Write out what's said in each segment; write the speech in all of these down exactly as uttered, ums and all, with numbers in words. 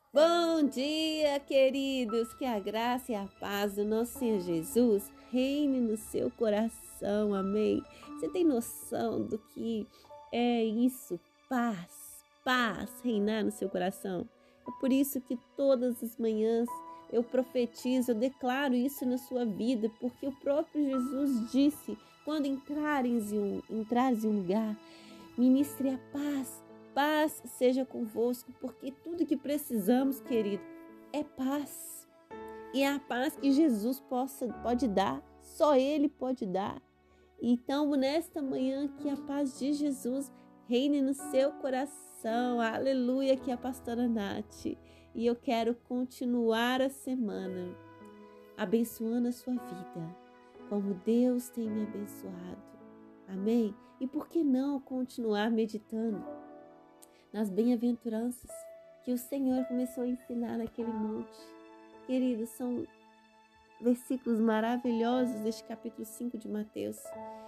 Bom dia, queridos! Que a graça e a paz do nosso Senhor Jesus reine no seu coração, amém? Você tem noção do que é isso? Paz, paz, reinar no seu coração. É por isso que todas as manhãs eu profetizo, eu declaro isso na sua vida, porque o próprio Jesus disse, quando entrares em um, entrares em um lugar, ministre a paz. Paz seja convosco, porque tudo que precisamos, querido, é paz. E é a paz que Jesus possa, pode dar, só Ele pode dar. Então, nesta manhã, que a paz de Jesus reine no seu coração. Aleluia, que é a pastora Nath. E eu quero continuar a semana abençoando a sua vida, como Deus tem me abençoado. Amém? E por que não continuar meditando nas bem-aventuranças que o Senhor começou a ensinar naquele monte? Queridos, são versículos maravilhosos deste capítulo cinco de Mateus.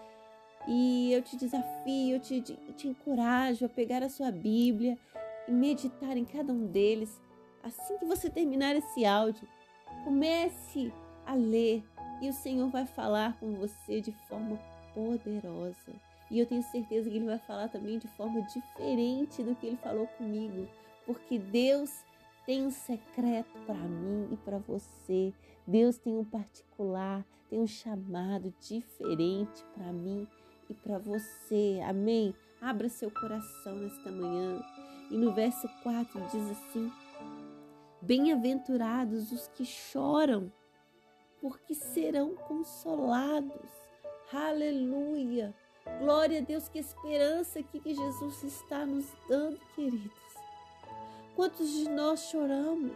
E eu te desafio, eu te, te encorajo a pegar a sua Bíblia e meditar em cada um deles. Assim que você terminar esse áudio, comece a ler e o Senhor vai falar com você de forma poderosa. E eu tenho certeza que Ele vai falar também de forma diferente do que Ele falou comigo, porque Deus tem um secreto para mim e para você. Deus tem um particular, tem um chamado diferente para mim e para você. Amém? Abra seu coração nesta manhã. E no verso quatro diz assim: bem-aventurados os que choram, porque serão consolados. Aleluia! Glória a Deus, que esperança aqui que Jesus está nos dando, queridos. Quantos de nós choramos?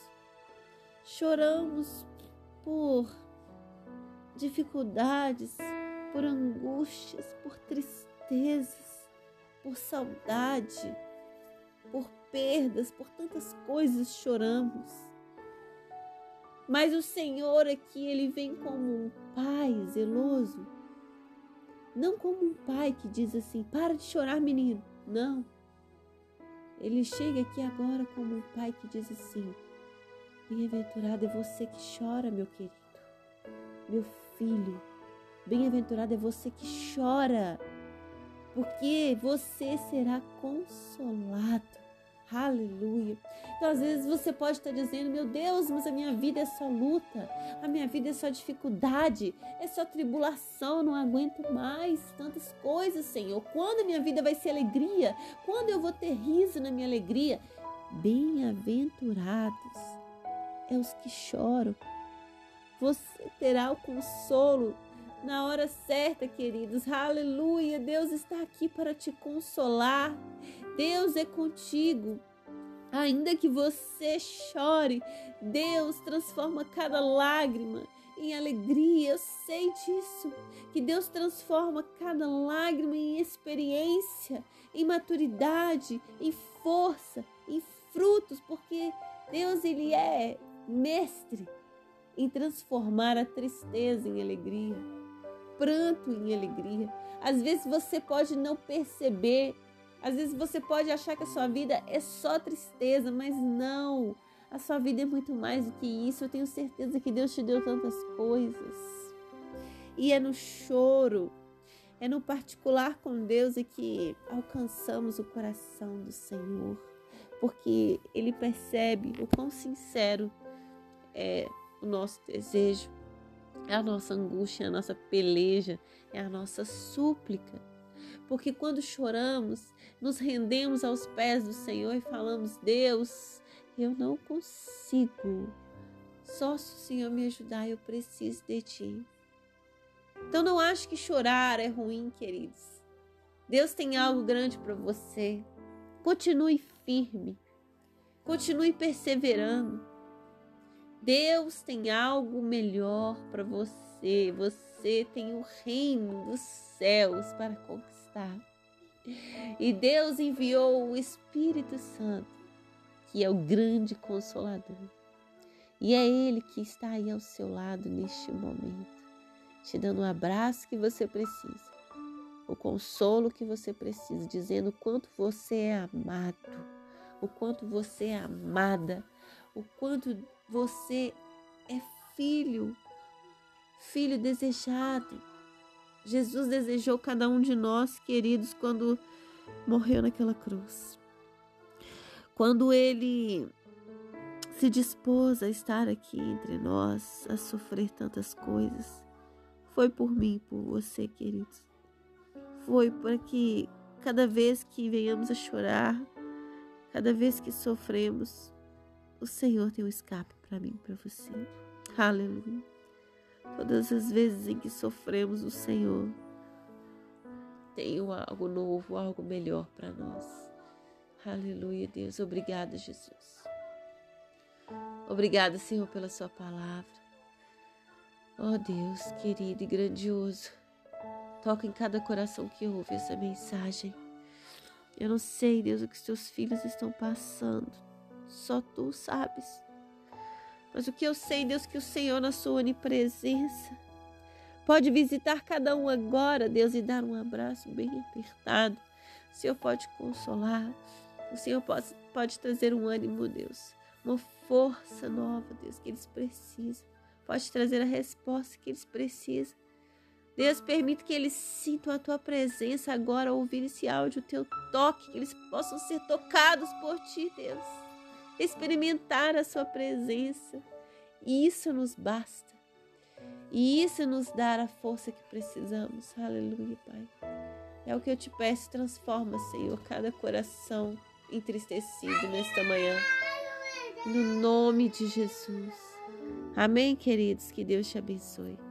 Choramos por dificuldades, por angústias, por tristezas, por saudade, por perdas, por tantas coisas choramos. Mas o Senhor aqui, Ele vem como um pai zeloso. Não como um pai que diz assim, para de chorar, menino. Não. Ele chega aqui agora como um pai que diz assim, bem-aventurado é você que chora, meu querido, meu filho. Bem-aventurado é você que chora, porque você será consolado. Aleluia. Então, às vezes você pode estar dizendo, meu Deus, mas a minha vida é só luta, a minha vida é só dificuldade, é só tribulação, não aguento mais tantas coisas, Senhor. Quando a minha vida vai ser alegria? Quando eu vou ter riso na minha alegria? Bem-aventurados é os que choram. Você terá o consolo na hora certa, queridos. Aleluia. Deus está aqui para te consolar. Deus é contigo. Ainda que você chore, Deus transforma cada lágrima em alegria. Eu sei disso. Que Deus transforma cada lágrima em experiência, em maturidade, em força, em frutos, porque Deus, Ele é mestre em transformar a tristeza em alegria, pranto em alegria. Às vezes você pode não perceber, às vezes você pode achar que a sua vida é só tristeza, mas não, a sua vida é muito mais do que isso. Eu tenho certeza que Deus te deu tantas coisas. E é no choro, é no particular com Deus é que alcançamos o coração do Senhor, porque Ele percebe o quão sincero é o nosso desejo, é a nossa angústia, é a nossa peleja, é a nossa súplica. Porque quando choramos, nos rendemos aos pés do Senhor e falamos, Deus, eu não consigo. Só se o Senhor me ajudar, eu preciso de Ti. Então não acho que chorar é ruim, queridos. Deus tem algo grande para você. Continue firme. Continue perseverando. Deus tem algo melhor para você. Você tem o reino dos céus para conquistar. E Deus enviou o Espírito Santo, que é o grande consolador. E é Ele que está aí ao seu lado neste momento, te dando o abraço que você precisa, o consolo que você precisa, dizendo o quanto você é amado, o quanto você é amada. o quanto você é filho, filho desejado. Jesus desejou cada um de nós, queridos, quando morreu naquela cruz. Quando ele se dispôs a estar aqui entre nós, a sofrer tantas coisas, foi por mim, por você, queridos. Foi para que cada vez que venhamos a chorar, cada vez que sofremos, o Senhor tem um escape para mim, para você. Aleluia. Todas as vezes em que sofremos, o Senhor tem algo novo, algo melhor para nós. Aleluia, Deus. Obrigada, Jesus. Obrigada, Senhor, pela sua palavra. Oh, Deus, querido e grandioso. Toca em cada coração que ouve essa mensagem. Eu não sei, Deus, o que os teus filhos estão passando. Só tu sabes. Mas o que eu sei, Deus, que o Senhor, na sua onipresença, pode visitar cada um agora, Deus, e dar um abraço bem apertado. O Senhor pode consolar. O Senhor pode, pode trazer um ânimo, Deus. Uma força nova, Deus, que eles precisam. Pode trazer a resposta que eles precisam. Deus, permite que eles sintam a tua presença agora, ao ouvir esse áudio, o teu toque, que eles possam ser tocados por ti, Deus. Experimentar a sua presença. E isso nos basta. E isso nos dá a força que precisamos. Aleluia, Pai. É o que eu te peço, transforma, Senhor, cada coração entristecido nesta manhã. No nome de Jesus. Amém, queridos? Que Deus te abençoe.